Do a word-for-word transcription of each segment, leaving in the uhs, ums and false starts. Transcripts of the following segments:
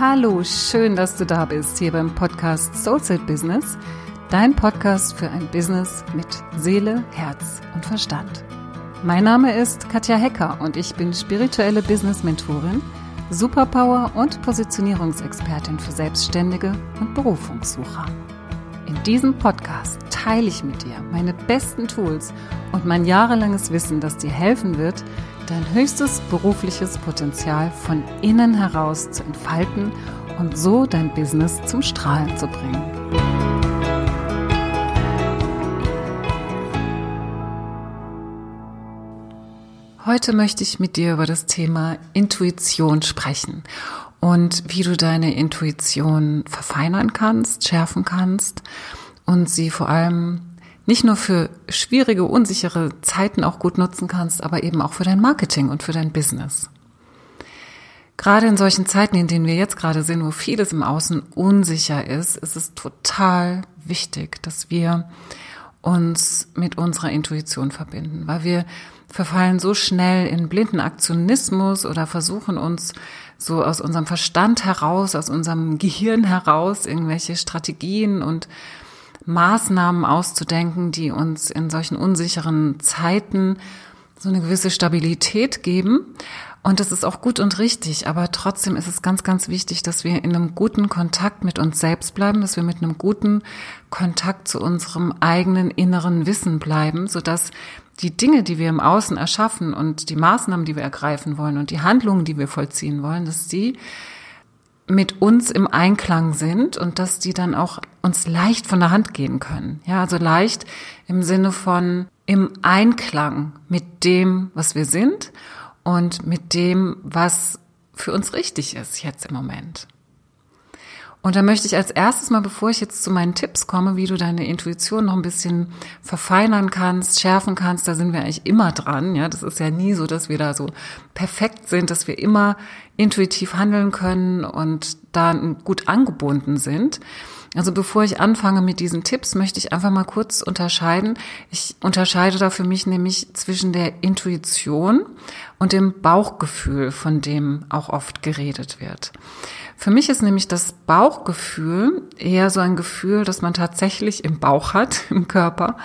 Hallo, schön, dass du da bist, hier beim Podcast Soulset Business, dein Podcast für ein Business mit Seele, Herz und Verstand. Mein Name ist Katja Hecker und ich bin spirituelle Business-Mentorin, Superpower- und Positionierungsexpertin für Selbstständige und Berufungssucher. In diesem Podcast teile ich mit dir meine besten Tools und mein jahrelanges Wissen, das dir helfen wird, dein höchstes berufliches Potenzial von innen heraus zu entfalten und so dein Business zum Strahlen zu bringen. Heute möchte ich mit dir über das Thema Intuition sprechen und wie du deine Intuition verfeinern kannst, schärfen kannst und sie vor allem nicht nur für schwierige, unsichere Zeiten auch gut nutzen kannst, aber eben auch für dein Marketing und für dein Business. Gerade in solchen Zeiten, in denen wir jetzt gerade sind, wo vieles im Außen unsicher ist, ist es total wichtig, dass wir uns mit unserer Intuition verbinden, weil wir verfallen so schnell in blinden Aktionismus oder versuchen uns so aus unserem Verstand heraus, aus unserem Gehirn heraus irgendwelche Strategien und Maßnahmen auszudenken, die uns in solchen unsicheren Zeiten so eine gewisse Stabilität geben. Und das ist auch gut und richtig, aber trotzdem ist es ganz, ganz wichtig, dass wir in einem guten Kontakt mit uns selbst bleiben, dass wir mit einem guten Kontakt zu unserem eigenen inneren Wissen bleiben, sodass die Dinge, die wir im Außen erschaffen und die Maßnahmen, die wir ergreifen wollen und die Handlungen, die wir vollziehen wollen, dass die mit uns im Einklang sind und dass die dann auch uns leicht von der Hand gehen können. Ja, also leicht im Sinne von im Einklang mit dem, was wir sind und mit dem, was für uns richtig ist jetzt im Moment. Und da möchte ich als erstes mal, bevor ich jetzt zu meinen Tipps komme, wie du deine Intuition noch ein bisschen verfeinern kannst, schärfen kannst, da sind wir eigentlich immer dran. Ja, das ist ja nie so, dass wir da so perfekt sind, dass wir immer intuitiv handeln können und da gut angebunden sind. Also bevor ich anfange mit diesen Tipps, möchte ich einfach mal kurz unterscheiden. Ich unterscheide da für mich nämlich zwischen der Intuition und dem Bauchgefühl, von dem auch oft geredet wird. Für mich ist nämlich das Bauchgefühl eher so ein Gefühl, das man tatsächlich im Bauch hat, im Körper.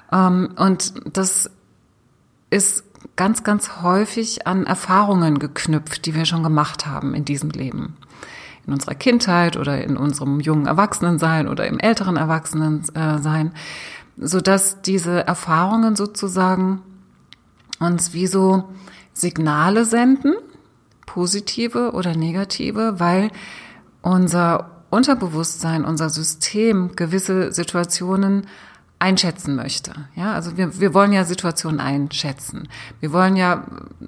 Und das ist ganz, ganz häufig an Erfahrungen geknüpft, die wir schon gemacht haben in diesem Leben. In unserer Kindheit oder in unserem jungen Erwachsenensein oder im älteren Erwachsenensein, sodass diese Erfahrungen sozusagen uns wie so Signale senden, positive oder negative, weil unser Unterbewusstsein, unser System gewisse Situationen einschätzen möchte. Ja, also wir, wir wollen ja Situationen einschätzen. Wir wollen ja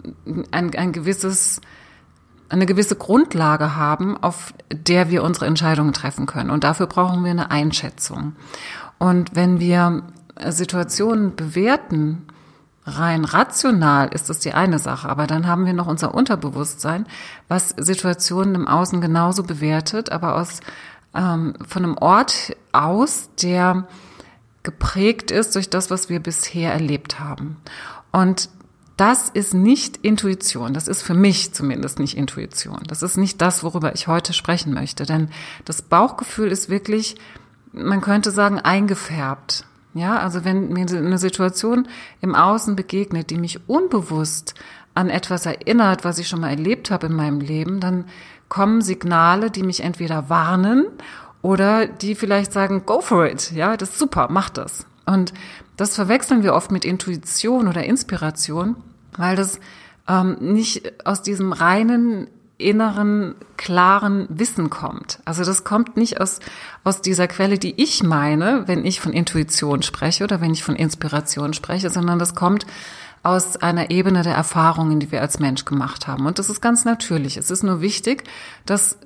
ein, ein gewisses, eine gewisse Grundlage haben, auf der wir unsere Entscheidungen treffen können. Und dafür brauchen wir eine Einschätzung. Und wenn wir Situationen bewerten, rein rational ist das die eine Sache, aber dann haben wir noch unser Unterbewusstsein, was Situationen im Außen genauso bewertet, aber aus ähm, von einem Ort aus, der geprägt ist durch das, was wir bisher erlebt haben. Und das ist nicht Intuition, das ist für mich zumindest nicht Intuition. Das ist nicht das, worüber ich heute sprechen möchte, denn das Bauchgefühl ist wirklich, man könnte sagen, eingefärbt. Ja, also wenn mir eine Situation im Außen begegnet, die mich unbewusst an etwas erinnert, was ich schon mal erlebt habe in meinem Leben, dann kommen Signale, die mich entweder warnen oder die vielleicht sagen, go for it, ja, das ist super, mach das. Und das verwechseln wir oft mit Intuition oder Inspiration, weil das ähm, nicht aus diesem reinen inneren, klaren Wissen kommt. Also das kommt nicht aus, aus dieser Quelle, die ich meine, wenn ich von Intuition spreche oder wenn ich von Inspiration spreche, sondern das kommt aus einer Ebene der Erfahrungen, die wir als Mensch gemacht haben. Und das ist ganz natürlich. Es ist nur wichtig, das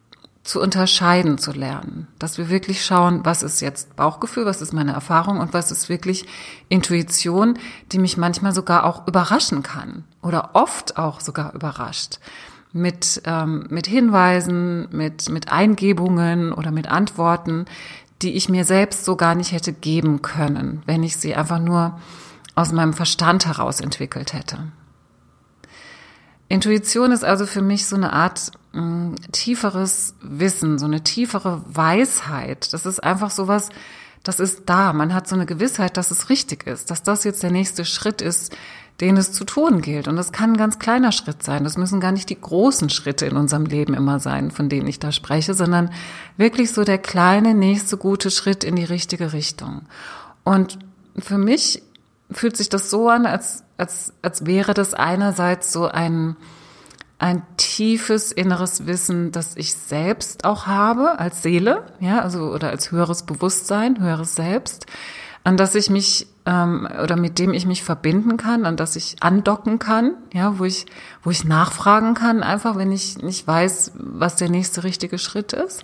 zu unterscheiden zu lernen, dass wir wirklich schauen, was ist jetzt Bauchgefühl, was ist meine Erfahrung und was ist wirklich Intuition, die mich manchmal sogar auch überraschen kann oder oft auch sogar überrascht. Mit, ähm, mit Hinweisen, mit, mit Eingebungen oder mit Antworten, die ich mir selbst so gar nicht hätte geben können, wenn ich sie einfach nur aus meinem Verstand heraus entwickelt hätte. Intuition ist also für mich so eine Art mh, tieferes Wissen, so eine tiefere Weisheit. Das ist einfach sowas, das ist da. Man hat so eine Gewissheit, dass es richtig ist, dass das jetzt der nächste Schritt ist, den es zu tun gilt. Und das kann ein ganz kleiner Schritt sein. Das müssen gar nicht die großen Schritte in unserem Leben immer sein, von denen ich da spreche, sondern wirklich so der kleine, nächste gute Schritt in die richtige Richtung. Und für mich fühlt sich das so an, als, als, als wäre das einerseits so ein, ein tiefes inneres Wissen, das ich selbst auch habe, als Seele, ja, also, oder als höheres Bewusstsein, höheres Selbst, an das ich mich, ähm, oder mit dem ich mich verbinden kann, an das ich andocken kann, ja, wo ich, wo ich nachfragen kann, einfach, wenn ich nicht weiß, was der nächste richtige Schritt ist.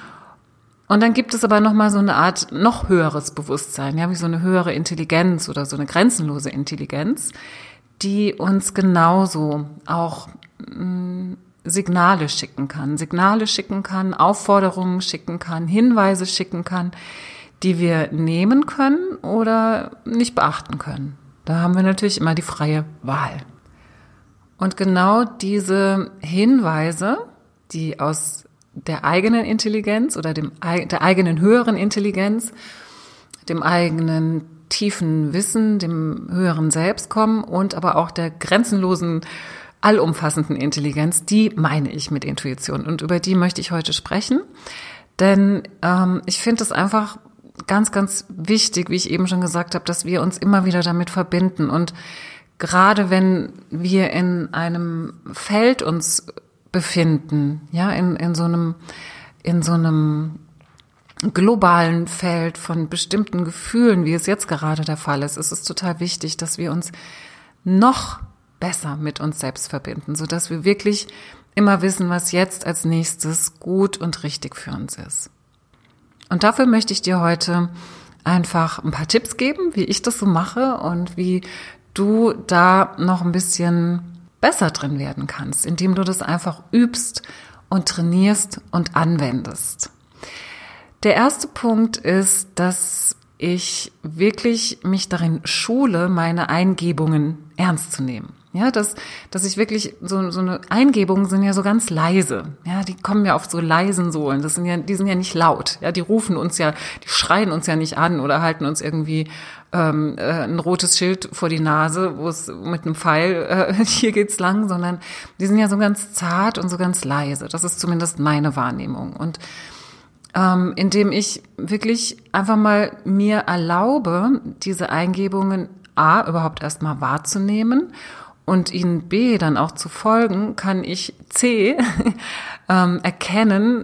Und dann gibt es aber nochmal so eine Art noch höheres Bewusstsein, ja, wie so eine höhere Intelligenz oder so eine grenzenlose Intelligenz, die uns genauso auch mh, Signale schicken kann, Signale schicken kann, Aufforderungen schicken kann, Hinweise schicken kann, die wir nehmen können oder nicht beachten können. Da haben wir natürlich immer die freie Wahl. Und genau diese Hinweise, die aus der eigenen Intelligenz oder dem, der eigenen höheren Intelligenz, dem eigenen tiefen Wissen, dem höheren Selbst kommen und aber auch der grenzenlosen, allumfassenden Intelligenz, die meine ich mit Intuition. Und über die möchte ich heute sprechen, denn ähm, ich finde es einfach ganz, ganz wichtig, wie ich eben schon gesagt habe, dass wir uns immer wieder damit verbinden. Und gerade wenn wir in einem Feld uns befinden, ja, in, in so einem, in so einem globalen Feld von bestimmten Gefühlen, wie es jetzt gerade der Fall ist, ist es total wichtig, dass wir uns noch besser mit uns selbst verbinden, sodass wir wirklich immer wissen, was jetzt als nächstes gut und richtig für uns ist. Und dafür möchte ich dir heute einfach ein paar Tipps geben, wie ich das so mache und wie du da noch ein bisschen besser drin werden kannst, indem du das einfach übst und trainierst und anwendest. Der erste Punkt ist, dass ich wirklich mich darin schule, meine Eingebungen ernst zu nehmen. Ja, dass, dass ich wirklich, so, so eine Eingebungen sind ja so ganz leise. Ja, die kommen ja auf so leisen Sohlen. Das sind ja, die sind ja nicht laut. Ja, die rufen uns ja, die schreien uns ja nicht an oder halten uns irgendwie ähm, äh, ein rotes Schild vor die Nase, wo es mit einem Pfeil, äh, hier geht's lang, sondern die sind ja so ganz zart und so ganz leise. Das ist zumindest meine Wahrnehmung. Und ähm, indem ich wirklich einfach mal mir erlaube, diese Eingebungen A, überhaupt erstmal wahrzunehmen und ihnen B, dann auch zu folgen, kann ich C, ähm, erkennen,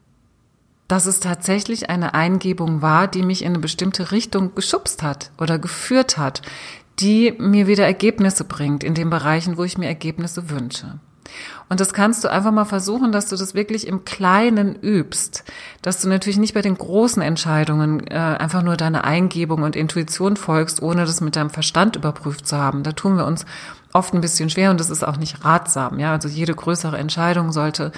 dass es tatsächlich eine Eingebung war, die mich in eine bestimmte Richtung geschubst hat oder geführt hat, die mir wieder Ergebnisse bringt in den Bereichen, wo ich mir Ergebnisse wünsche. Und das kannst du einfach mal versuchen, dass du das wirklich im Kleinen übst, dass du natürlich nicht bei den großen Entscheidungen äh, einfach nur deiner Eingebung und Intuition folgst, ohne das mit deinem Verstand überprüft zu haben. Da tun wir uns oft ein bisschen schwer und das ist auch nicht ratsam. Ja, also jede größere Entscheidung sollte,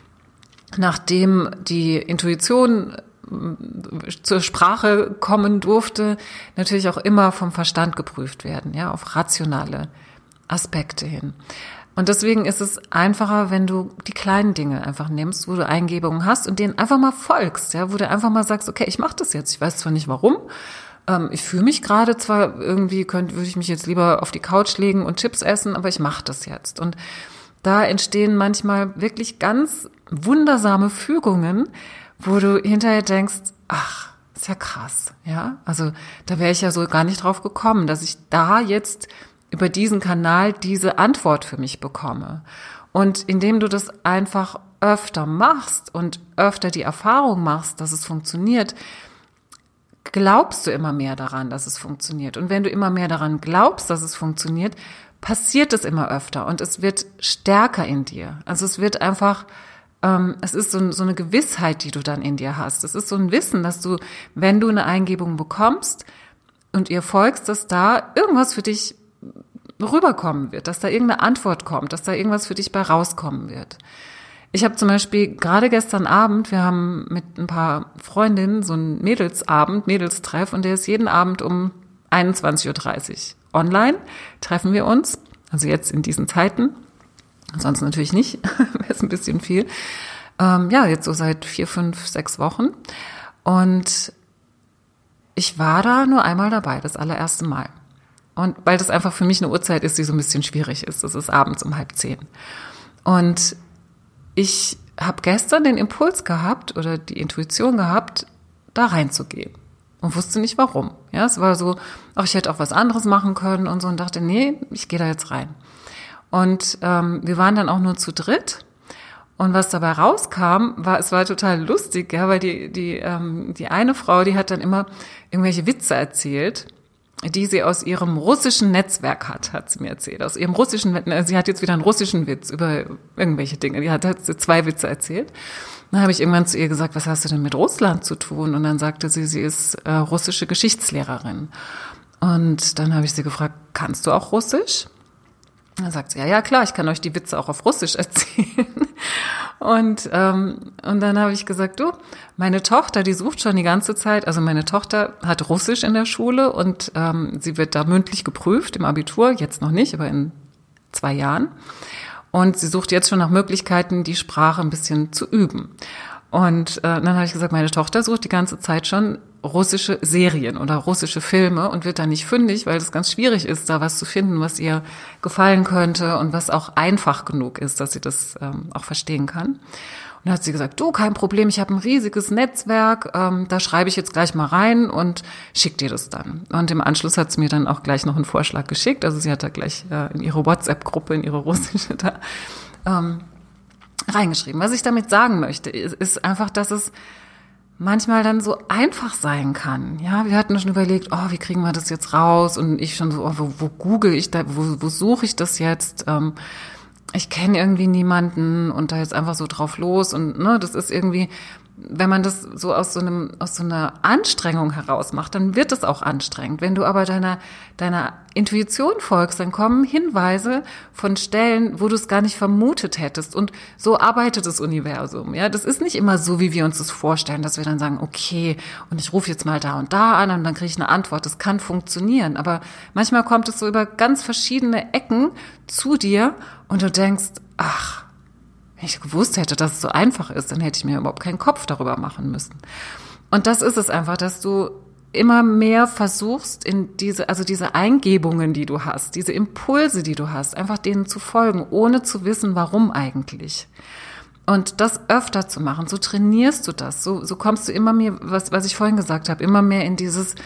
nachdem die Intuition zur Sprache kommen durfte, natürlich auch immer vom Verstand geprüft werden, ja, auf rationale Aspekte hin. Und deswegen ist es einfacher, wenn du die kleinen Dinge einfach nimmst, wo du Eingebungen hast und denen einfach mal folgst, ja, wo du einfach mal sagst, okay, ich mache das jetzt, ich weiß zwar nicht warum, ähm, ich fühle mich gerade zwar irgendwie, könnte, würde ich mich jetzt lieber auf die Couch legen und Chips essen, aber ich mache das jetzt. Und da entstehen manchmal wirklich ganz wundersame Fügungen, wo du hinterher denkst, ach, ist ja krass, ja, also da wäre ich ja so gar nicht drauf gekommen, dass ich da jetzt über diesen Kanal diese Antwort für mich bekomme. Und indem du das einfach öfter machst und öfter die Erfahrung machst, dass es funktioniert, glaubst du immer mehr daran, dass es funktioniert. Und wenn du immer mehr daran glaubst, dass es funktioniert, passiert es immer öfter und es wird stärker in dir. Also es wird einfach, ähm, es ist so, so eine Gewissheit, die du dann in dir hast. Es ist so ein Wissen, dass du, wenn du eine Eingebung bekommst und ihr folgst, dass da irgendwas für dich rüberkommen wird, dass da irgendeine Antwort kommt, dass da irgendwas für dich bei rauskommen wird. Ich habe zum Beispiel gerade gestern Abend, wir haben mit ein paar Freundinnen so einen Mädelsabend, Mädelstreff und der ist jeden Abend um einundzwanzig Uhr dreißig online, treffen wir uns, also jetzt in diesen Zeiten. Ansonsten natürlich nicht, wäre es ein bisschen viel. Ähm, ja, jetzt so seit vier, fünf, sechs Wochen. Und ich war da nur einmal dabei, das allererste Mal. Und weil das einfach für mich eine Uhrzeit ist, die so ein bisschen schwierig ist. Das ist abends um halb zehn. Und ich habe gestern den Impuls gehabt oder die Intuition gehabt, da reinzugehen. Und wusste nicht warum. Ja, es war so, ach, ich hätte auch was anderes machen können und so, und dachte, nee, ich gehe da jetzt rein. Und ähm, wir waren dann auch nur zu dritt. Und was dabei rauskam, war, es war total lustig, ja, weil die die ähm, die eine Frau, die hat dann immer irgendwelche Witze erzählt, die sie aus ihrem russischen Netzwerk hat, hat sie mir erzählt. Aus ihrem russischen, sie hat jetzt wieder einen russischen Witz über irgendwelche Dinge. Die hat, hat zwei Witze erzählt. Dann habe ich irgendwann zu ihr gesagt, was hast du denn mit Russland zu tun? Und dann sagte sie, sie ist äh, russische Geschichtslehrerin. Und dann habe ich sie gefragt, kannst du auch Russisch? Dann sagt sie, ja, ja, klar, ich kann euch die Witze auch auf Russisch erzählen. Und ähm, und dann habe ich gesagt, du, meine Tochter, die sucht schon die ganze Zeit, also meine Tochter hat Russisch in der Schule und ähm, sie wird da mündlich geprüft im Abitur, jetzt noch nicht, aber in zwei Jahren. Und sie sucht jetzt schon nach Möglichkeiten, die Sprache ein bisschen zu üben. Und äh, dann habe ich gesagt, meine Tochter sucht die ganze Zeit schon russische Serien oder russische Filme und wird da nicht fündig, weil es ganz schwierig ist, da was zu finden, was ihr gefallen könnte und was auch einfach genug ist, dass sie das ähm, auch verstehen kann. Und dann hat sie gesagt, du, kein Problem, ich habe ein riesiges Netzwerk, ähm, da schreibe ich jetzt gleich mal rein und schick dir das dann. Und im Anschluss hat sie mir dann auch gleich noch einen Vorschlag geschickt, also sie hat da gleich äh, in ihre WhatsApp-Gruppe, in ihre russische da ähm, reingeschrieben. Was ich damit sagen möchte, ist, ist einfach, dass es manchmal dann so einfach sein kann. Ja, wir hatten schon überlegt, oh, wie kriegen wir das jetzt raus? Und ich schon so, oh, wo, wo google ich da, wo, wo suche ich das jetzt? Ähm, ich kenne irgendwie niemanden und da jetzt einfach so drauf los und ne, das ist irgendwie, wenn man das so aus so einem aus so einer Anstrengung heraus macht, dann wird es auch anstrengend. Wenn du aber deiner deiner Intuition folgst, dann kommen Hinweise von Stellen, wo du es gar nicht vermutet hättest. Und so arbeitet das Universum. Ja, das ist nicht immer so, wie wir uns das vorstellen, dass wir dann sagen, okay, und ich rufe jetzt mal da und da an und dann kriege ich eine Antwort. Das kann funktionieren. Aber manchmal kommt es so über ganz verschiedene Ecken zu dir und du denkst, ach, wenn ich gewusst hätte, dass es so einfach ist, dann hätte ich mir überhaupt keinen Kopf darüber machen müssen. Und das ist es einfach, dass du immer mehr versuchst, in diese, also diese Eingebungen, die du hast, diese Impulse, die du hast, einfach denen zu folgen, ohne zu wissen, warum eigentlich. Und das öfter zu machen, so trainierst du das, so, so kommst du immer mehr, was, was ich vorhin gesagt habe, immer mehr in dieses,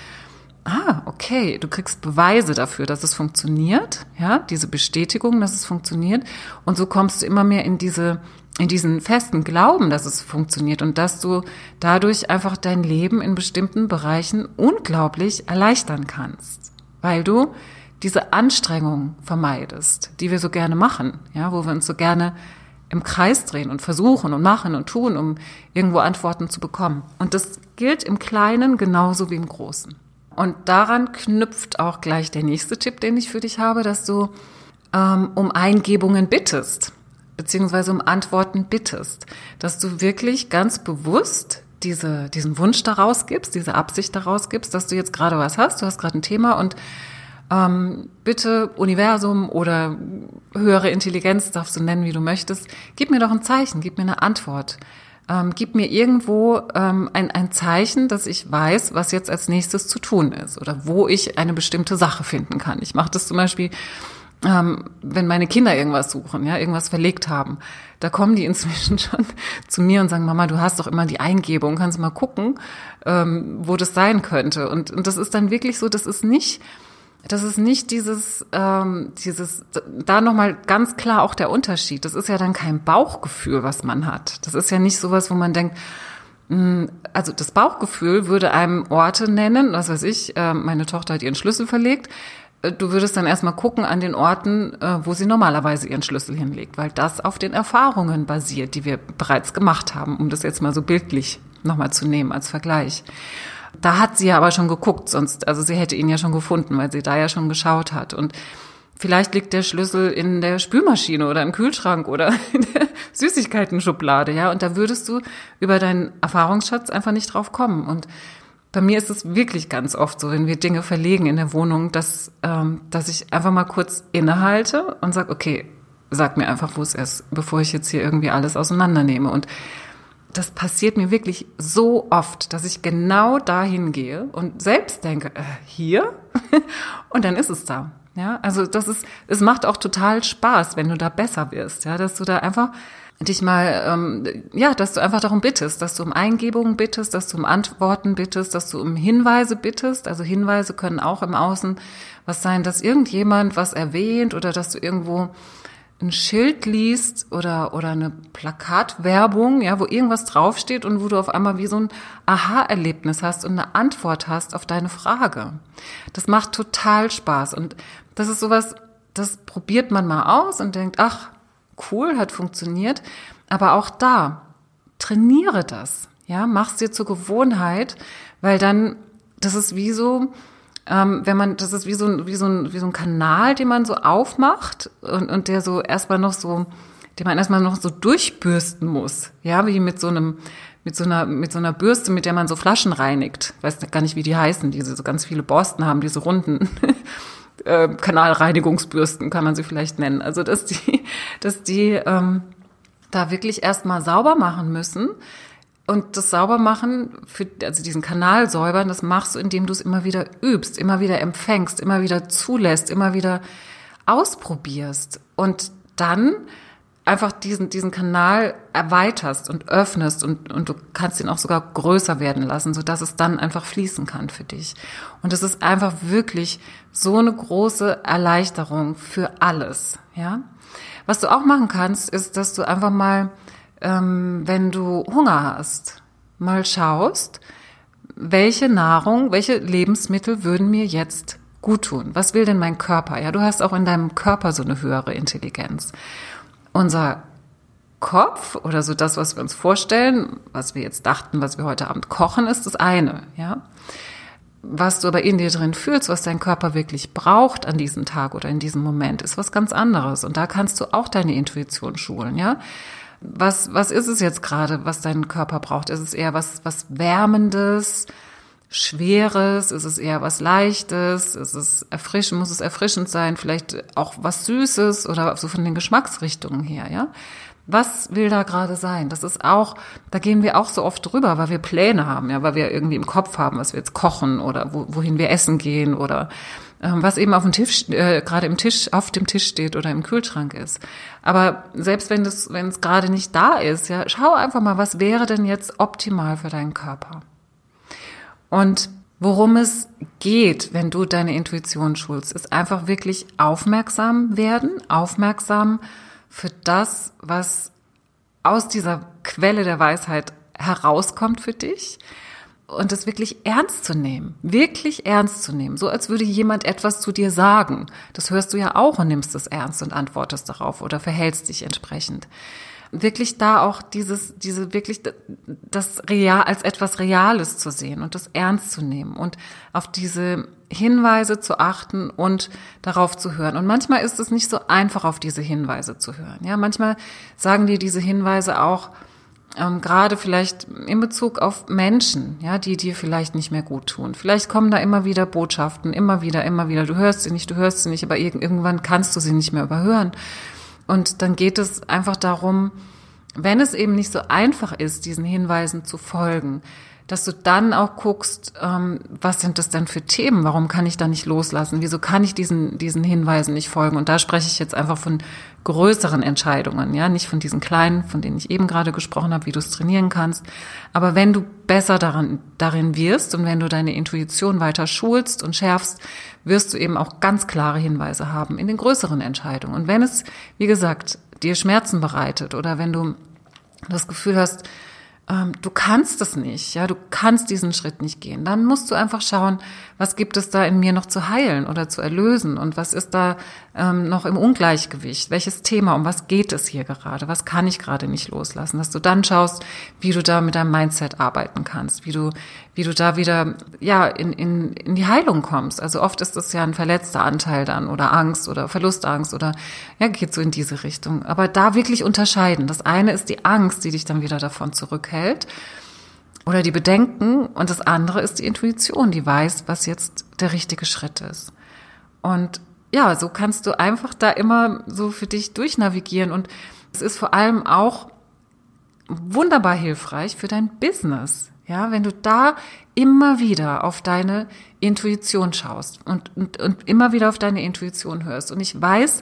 ah, okay, du kriegst Beweise dafür, dass es funktioniert, ja, diese Bestätigung, dass es funktioniert. Und so kommst du immer mehr in diese, in diesen festen Glauben, dass es funktioniert und dass du dadurch einfach dein Leben in bestimmten Bereichen unglaublich erleichtern kannst, weil du diese Anstrengung vermeidest, die wir so gerne machen, ja, wo wir uns so gerne im Kreis drehen und versuchen und machen und tun, um irgendwo Antworten zu bekommen. Und das gilt im Kleinen genauso wie im Großen. Und daran knüpft auch gleich der nächste Tipp, den ich für dich habe, dass du ähm, um Eingebungen bittest, beziehungsweise um Antworten bittest, dass du wirklich ganz bewusst diese, diesen Wunsch daraus gibst, diese Absicht daraus gibst, dass du jetzt gerade was hast, du hast gerade ein Thema und ähm, bitte Universum oder höhere Intelligenz, darfst du nennen, wie du möchtest, gib mir doch ein Zeichen, gib mir eine Antwort. Ähm, gib mir irgendwo ähm, ein, ein Zeichen, dass ich weiß, was jetzt als nächstes zu tun ist oder wo ich eine bestimmte Sache finden kann. Ich mache das zum Beispiel, ähm, wenn meine Kinder irgendwas suchen, ja, irgendwas verlegt haben. Da kommen die inzwischen schon zu mir und sagen, Mama, du hast doch immer die Eingebung, kannst mal gucken, ähm, wo das sein könnte. Und, und das ist dann wirklich so, das ist nicht... Das ist nicht dieses, ähm, dieses, da nochmal ganz klar auch der Unterschied. Das ist ja dann kein Bauchgefühl, was man hat. Das ist ja nicht sowas, wo man denkt, mh, also das Bauchgefühl würde einem Orte nennen, was weiß ich, äh, meine Tochter hat ihren Schlüssel verlegt. Du würdest dann erstmal gucken an den Orten, äh, wo sie normalerweise ihren Schlüssel hinlegt, weil das auf den Erfahrungen basiert, die wir bereits gemacht haben, um das jetzt mal so bildlich nochmal zu nehmen als Vergleich. Da hat sie ja aber schon geguckt, sonst, also sie hätte ihn ja schon gefunden, weil sie da ja schon geschaut hat. Und vielleicht liegt der Schlüssel in der Spülmaschine oder im Kühlschrank oder in der Süßigkeiten-Schublade, ja. Und da würdest du über deinen Erfahrungsschatz einfach nicht drauf kommen. Und bei mir ist es wirklich ganz oft so, wenn wir Dinge verlegen in der Wohnung, dass, ähm, dass ich einfach mal kurz innehalte und sage, okay, sag mir einfach, wo es ist, bevor ich jetzt hier irgendwie alles auseinandernehme. Und das passiert mir wirklich so oft, dass ich genau dahin gehe und selbst denke, äh, hier? Und dann ist es da. Ja, also das ist, es macht auch total Spaß, wenn du da besser wirst, ja, dass du da einfach dich mal, ähm, ja, dass du einfach darum bittest, dass du um Eingebungen bittest, dass du um Antworten bittest, dass du um Hinweise bittest. Also Hinweise können auch im Außen was sein, dass irgendjemand was erwähnt oder dass du irgendwo ein Schild liest oder oder eine Plakatwerbung, ja, wo irgendwas draufsteht und wo du auf einmal wie so ein Aha-Erlebnis hast und eine Antwort hast auf deine Frage. Das macht total Spaß und das ist sowas, das probiert man mal aus und denkt, ach, cool, hat funktioniert, aber auch da trainiere das, ja, mach's dir zur Gewohnheit, weil dann das ist wie so Ähm, wenn man, das ist wie so ein, wie so ein, wie so ein Kanal, den man so aufmacht und, und der so erstmal noch so, den man erstmal noch so durchbürsten muss. Ja, wie mit so einem, mit so einer, mit so einer Bürste, mit der man so Flaschen reinigt. Ich weiß gar nicht, wie die heißen, die so ganz viele Borsten haben, diese runden äh, Kanalreinigungsbürsten kann man sie vielleicht nennen. Also, dass die, dass die, ähm, da wirklich erstmal sauber machen müssen. Und das Saubermachen, für, also diesen Kanal säubern, das machst du, indem du es immer wieder übst, immer wieder empfängst, immer wieder zulässt, immer wieder ausprobierst und dann einfach diesen, diesen Kanal erweiterst und öffnest und, und du kannst ihn auch sogar größer werden lassen, sodass es dann einfach fließen kann für dich. Und es ist einfach wirklich so eine große Erleichterung für alles, ja. Was du auch machen kannst, ist, dass du einfach mal Ähm, wenn du Hunger hast, mal schaust, welche Nahrung, welche Lebensmittel würden mir jetzt gut tun? Was will denn mein Körper? Ja, du hast auch in deinem Körper so eine höhere Intelligenz. Unser Kopf oder so das, was wir uns vorstellen, was wir jetzt dachten, was wir heute Abend kochen, ist das eine, ja. Was du aber in dir drin fühlst, was dein Körper wirklich braucht an diesem Tag oder in diesem Moment, ist was ganz anderes. Und da kannst du auch deine Intuition schulen, ja. Was, was ist es jetzt gerade, was dein Körper braucht? Ist es eher was, was Wärmendes, Schweres? Ist es eher was Leichtes? Ist es erfrischend? Muss es erfrischend sein? Vielleicht auch was Süßes oder so von den Geschmacksrichtungen her, ja? Was will da gerade sein? Das ist auch, da gehen wir auch so oft drüber, weil wir Pläne haben, ja, weil wir irgendwie im Kopf haben, was wir jetzt kochen oder wo, wohin wir essen gehen oder ähm, was eben auf dem Tisch, äh, gerade im Tisch, auf dem Tisch steht oder im Kühlschrank ist. Aber selbst wenn das, wenn es gerade nicht da ist, ja, schau einfach mal, was wäre denn jetzt optimal für deinen Körper? Und worum es geht, wenn du deine Intuition schulst, ist einfach wirklich aufmerksam werden, aufmerksam für das, was aus dieser Quelle der Weisheit herauskommt für dich und es wirklich ernst zu nehmen, wirklich ernst zu nehmen, so als würde jemand etwas zu dir sagen. Das hörst du ja auch und nimmst es ernst und antwortest darauf oder verhältst dich entsprechend. Wirklich da auch dieses, diese wirklich das Real als etwas Reales zu sehen und das ernst zu nehmen und auf diese Hinweise zu achten und darauf zu hören. Und manchmal ist es nicht so einfach, auf diese Hinweise zu hören. Ja, manchmal sagen dir diese Hinweise auch ähm, gerade vielleicht in Bezug auf Menschen, ja, die dir vielleicht nicht mehr gut tun. Vielleicht kommen da immer wieder Botschaften, immer wieder, immer wieder. Du hörst sie nicht, du hörst sie nicht, aber irgendwann kannst du sie nicht mehr überhören. Und dann geht es einfach darum, wenn es eben nicht so einfach ist, diesen Hinweisen zu folgen, dass du dann auch guckst, ähm, was sind das denn für Themen? Warum kann ich da nicht loslassen? Wieso kann ich diesen diesen Hinweisen nicht folgen? Und da spreche ich jetzt einfach von größeren Entscheidungen, ja, nicht von diesen kleinen, von denen ich eben gerade gesprochen habe, wie du es trainieren kannst. Aber wenn du besser daran darin wirst und wenn du deine Intuition weiter schulst und schärfst, wirst du eben auch ganz klare Hinweise haben in den größeren Entscheidungen. Und wenn es, wie gesagt, dir Schmerzen bereitet oder wenn du das Gefühl hast, du kannst es nicht, ja, du kannst diesen Schritt nicht gehen. Dann musst du einfach schauen, was gibt es da in mir noch zu heilen oder zu erlösen und was ist da ähm, noch im Ungleichgewicht? Welches Thema, um was geht es hier gerade? Was kann ich gerade nicht loslassen? Dass du dann schaust, wie du da mit deinem Mindset arbeiten kannst, wie du, wie du da wieder, ja, in, in, in die Heilung kommst. Also oft ist das ja ein verletzter Anteil dann oder Angst oder Verlustangst oder, ja, geht so in diese Richtung. Aber da wirklich unterscheiden. Das eine ist die Angst, die dich dann wieder davon zurückhält oder die Bedenken und das andere ist die Intuition, die weiß, was jetzt der richtige Schritt ist. Und ja, so kannst du einfach da immer so für dich durchnavigieren. Und es ist vor allem auch wunderbar hilfreich für dein Business. Ja, wenn du da immer wieder auf deine Intuition schaust und, und, und immer wieder auf deine Intuition hörst. Und ich weiß,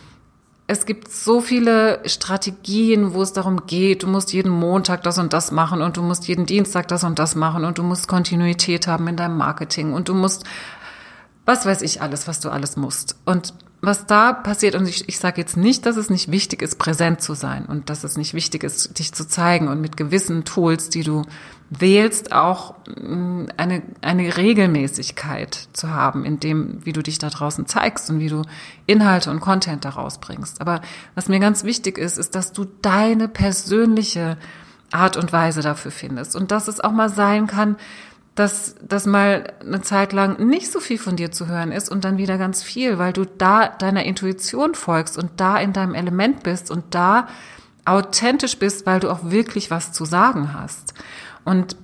es gibt so viele Strategien, wo es darum geht, du musst jeden Montag das und das machen und du musst jeden Dienstag das und das machen und du musst Kontinuität haben in deinem Marketing und du musst, was weiß ich alles, was du alles musst. Und was da passiert, und ich, ich sage jetzt nicht, dass es nicht wichtig ist, präsent zu sein und dass es nicht wichtig ist, dich zu zeigen und mit gewissen Tools, die du wählst, auch eine, eine Regelmäßigkeit zu haben in dem, wie du dich da draußen zeigst und wie du Inhalte und Content daraus bringst. Aber was mir ganz wichtig ist, ist, dass du deine persönliche Art und Weise dafür findest und dass es auch mal sein kann, dass das mal eine Zeit lang nicht so viel von dir zu hören ist und dann wieder ganz viel, weil du da deiner Intuition folgst und da in deinem Element bist und da authentisch bist, weil du auch wirklich was zu sagen hast. Und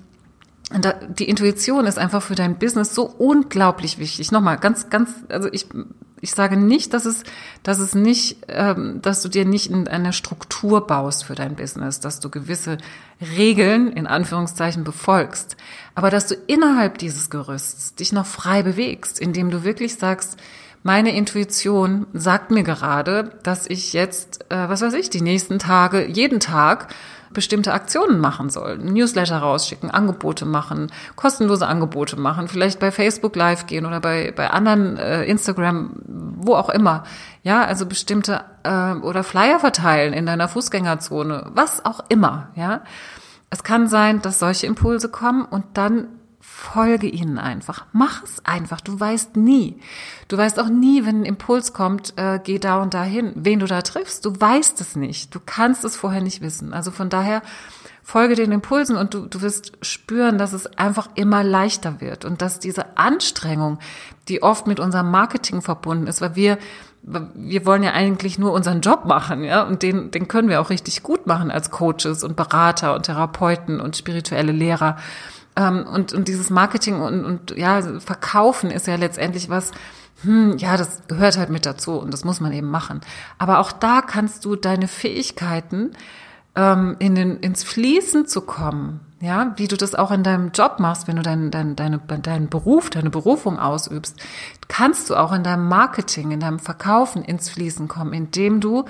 die Intuition ist einfach für dein Business so unglaublich wichtig. Nochmal, ganz, ganz, also ich, ich sage nicht, dass es, dass es nicht, ähm, dass du dir nicht in eine Struktur baust für dein Business, dass du gewisse Regeln, in Anführungszeichen, befolgst. Aber dass du innerhalb dieses Gerüsts dich noch frei bewegst, indem du wirklich sagst, meine Intuition sagt mir gerade, dass ich jetzt, äh, was weiß ich, die nächsten Tage, jeden Tag bestimmte Aktionen machen soll. Newsletter rausschicken, Angebote machen, kostenlose Angebote machen, vielleicht bei Facebook Live gehen oder bei bei anderen äh, Instagram, wo auch immer. Ja, also bestimmte äh, oder Flyer verteilen in deiner Fußgängerzone, was auch immer, ja. Es kann sein, dass solche Impulse kommen und dann folge ihnen einfach. Mach es einfach. Du weißt nie. Du weißt auch nie, wenn ein Impuls kommt, äh, geh da und dahin. Wen du da triffst, du weißt es nicht. Du kannst es vorher nicht wissen. Also von daher folge den Impulsen und du, du wirst spüren, dass es einfach immer leichter wird und dass diese Anstrengung, die oft mit unserem Marketing verbunden ist, weil wir wir wollen ja eigentlich nur unseren Job machen, ja, und den, den können wir auch richtig gut machen als Coaches und Berater und Therapeuten und spirituelle Lehrer. Und, und dieses Marketing und, und ja, Verkaufen ist ja letztendlich was, hm, ja, das gehört halt mit dazu und das muss man eben machen. Aber auch da kannst du deine Fähigkeiten, ähm, in den, ins Fließen zu kommen, ja, wie du das auch in deinem Job machst, wenn du dein, dein, deine, deinen Beruf, deine Berufung ausübst, kannst du auch in deinem Marketing, in deinem Verkaufen ins Fließen kommen, indem du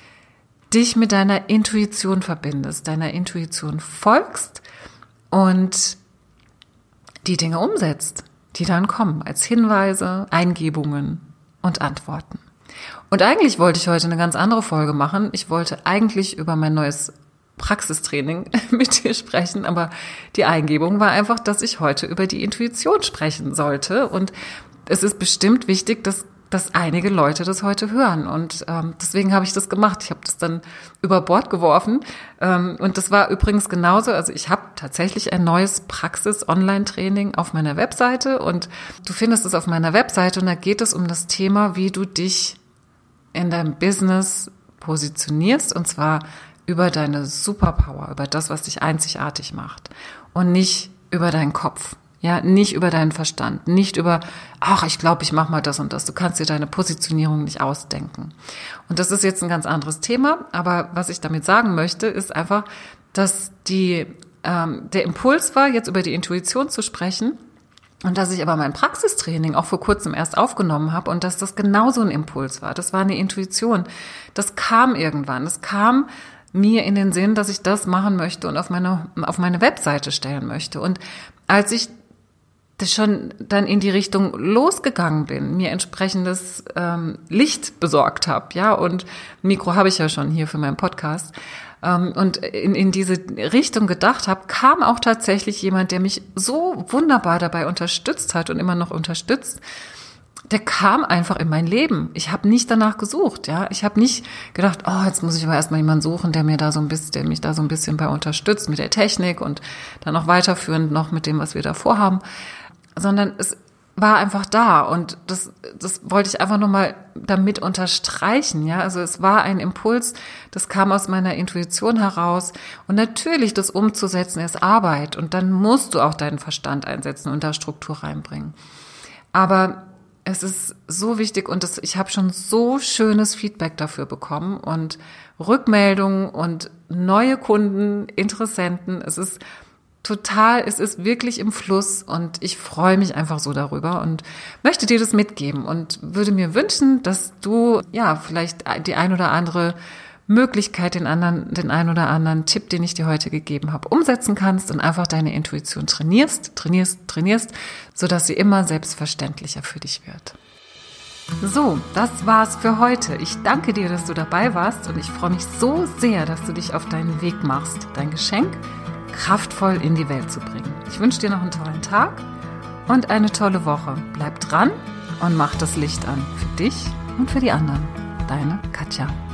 dich mit deiner Intuition verbindest, deiner Intuition folgst und die Dinge umsetzt, die dann kommen als Hinweise, Eingebungen und Antworten. Und eigentlich wollte ich heute eine ganz andere Folge machen. Ich wollte eigentlich über mein neues Praxistraining mit dir sprechen, aber die Eingebung war einfach, dass ich heute über die Intuition sprechen sollte. Und es ist bestimmt wichtig, dass dass einige Leute das heute hören. Und ähm, deswegen habe ich das gemacht. Ich habe das dann über Bord geworfen. Ähm, und das war übrigens genauso. Also ich habe tatsächlich ein neues Praxis-Online-Training auf meiner Webseite. Und du findest es auf meiner Webseite. Und da geht es um das Thema, wie du dich in deinem Business positionierst. Und zwar über deine Superpower, über das, was dich einzigartig macht. Und nicht über deinen Kopf. Ja, nicht über deinen Verstand, nicht über, ach, ich glaube, ich mache mal das und das. Du kannst dir deine Positionierung nicht ausdenken. Und das ist jetzt ein ganz anderes Thema, aber was ich damit sagen möchte, ist einfach, dass die ähm, der Impuls war, jetzt über die Intuition zu sprechen und dass ich aber mein Praxistraining auch vor kurzem erst aufgenommen habe und dass das genauso ein Impuls war. Das war eine Intuition. Das kam irgendwann. Das kam mir in den Sinn, dass ich das machen möchte und auf meine auf meine Webseite stellen möchte. Und als ich das schon dann in die Richtung losgegangen bin, mir entsprechendes ähm, Licht besorgt habe, ja, und Mikro habe ich ja schon hier für meinen Podcast, ähm, und in, in diese Richtung gedacht habe, kam auch tatsächlich jemand, der mich so wunderbar dabei unterstützt hat und immer noch unterstützt. Der kam einfach in mein Leben. Ich habe nicht danach gesucht, ja. Ich habe nicht gedacht, oh, jetzt muss ich aber erstmal jemanden suchen, der mir da so ein bisschen, der mich da so ein bisschen bei unterstützt mit der Technik und dann noch weiterführend noch mit dem, was wir da vorhaben, sondern es war einfach da und das, das wollte ich einfach nochmal damit unterstreichen, ja. Also es war ein Impuls, das kam aus meiner Intuition heraus und natürlich das umzusetzen ist Arbeit und dann musst du auch deinen Verstand einsetzen und da Struktur reinbringen. Aber es ist so wichtig und das, ich habe schon so schönes Feedback dafür bekommen und Rückmeldungen und neue Kunden, Interessenten. Es ist total, es ist wirklich im Fluss und ich freue mich einfach so darüber und möchte dir das mitgeben und würde mir wünschen, dass du ja vielleicht die ein oder andere Möglichkeit, den anderen, den ein oder anderen Tipp, den ich dir heute gegeben habe, umsetzen kannst und einfach deine Intuition trainierst, trainierst, trainierst, sodass sie immer selbstverständlicher für dich wird. So, das war's für heute. Ich danke dir, dass du dabei warst und ich freue mich so sehr, dass du dich auf deinen Weg machst, dein Geschenk kraftvoll in die Welt zu bringen. Ich wünsche dir noch einen tollen Tag und eine tolle Woche. Bleib dran und mach das Licht an für dich und für die anderen. Deine Katja.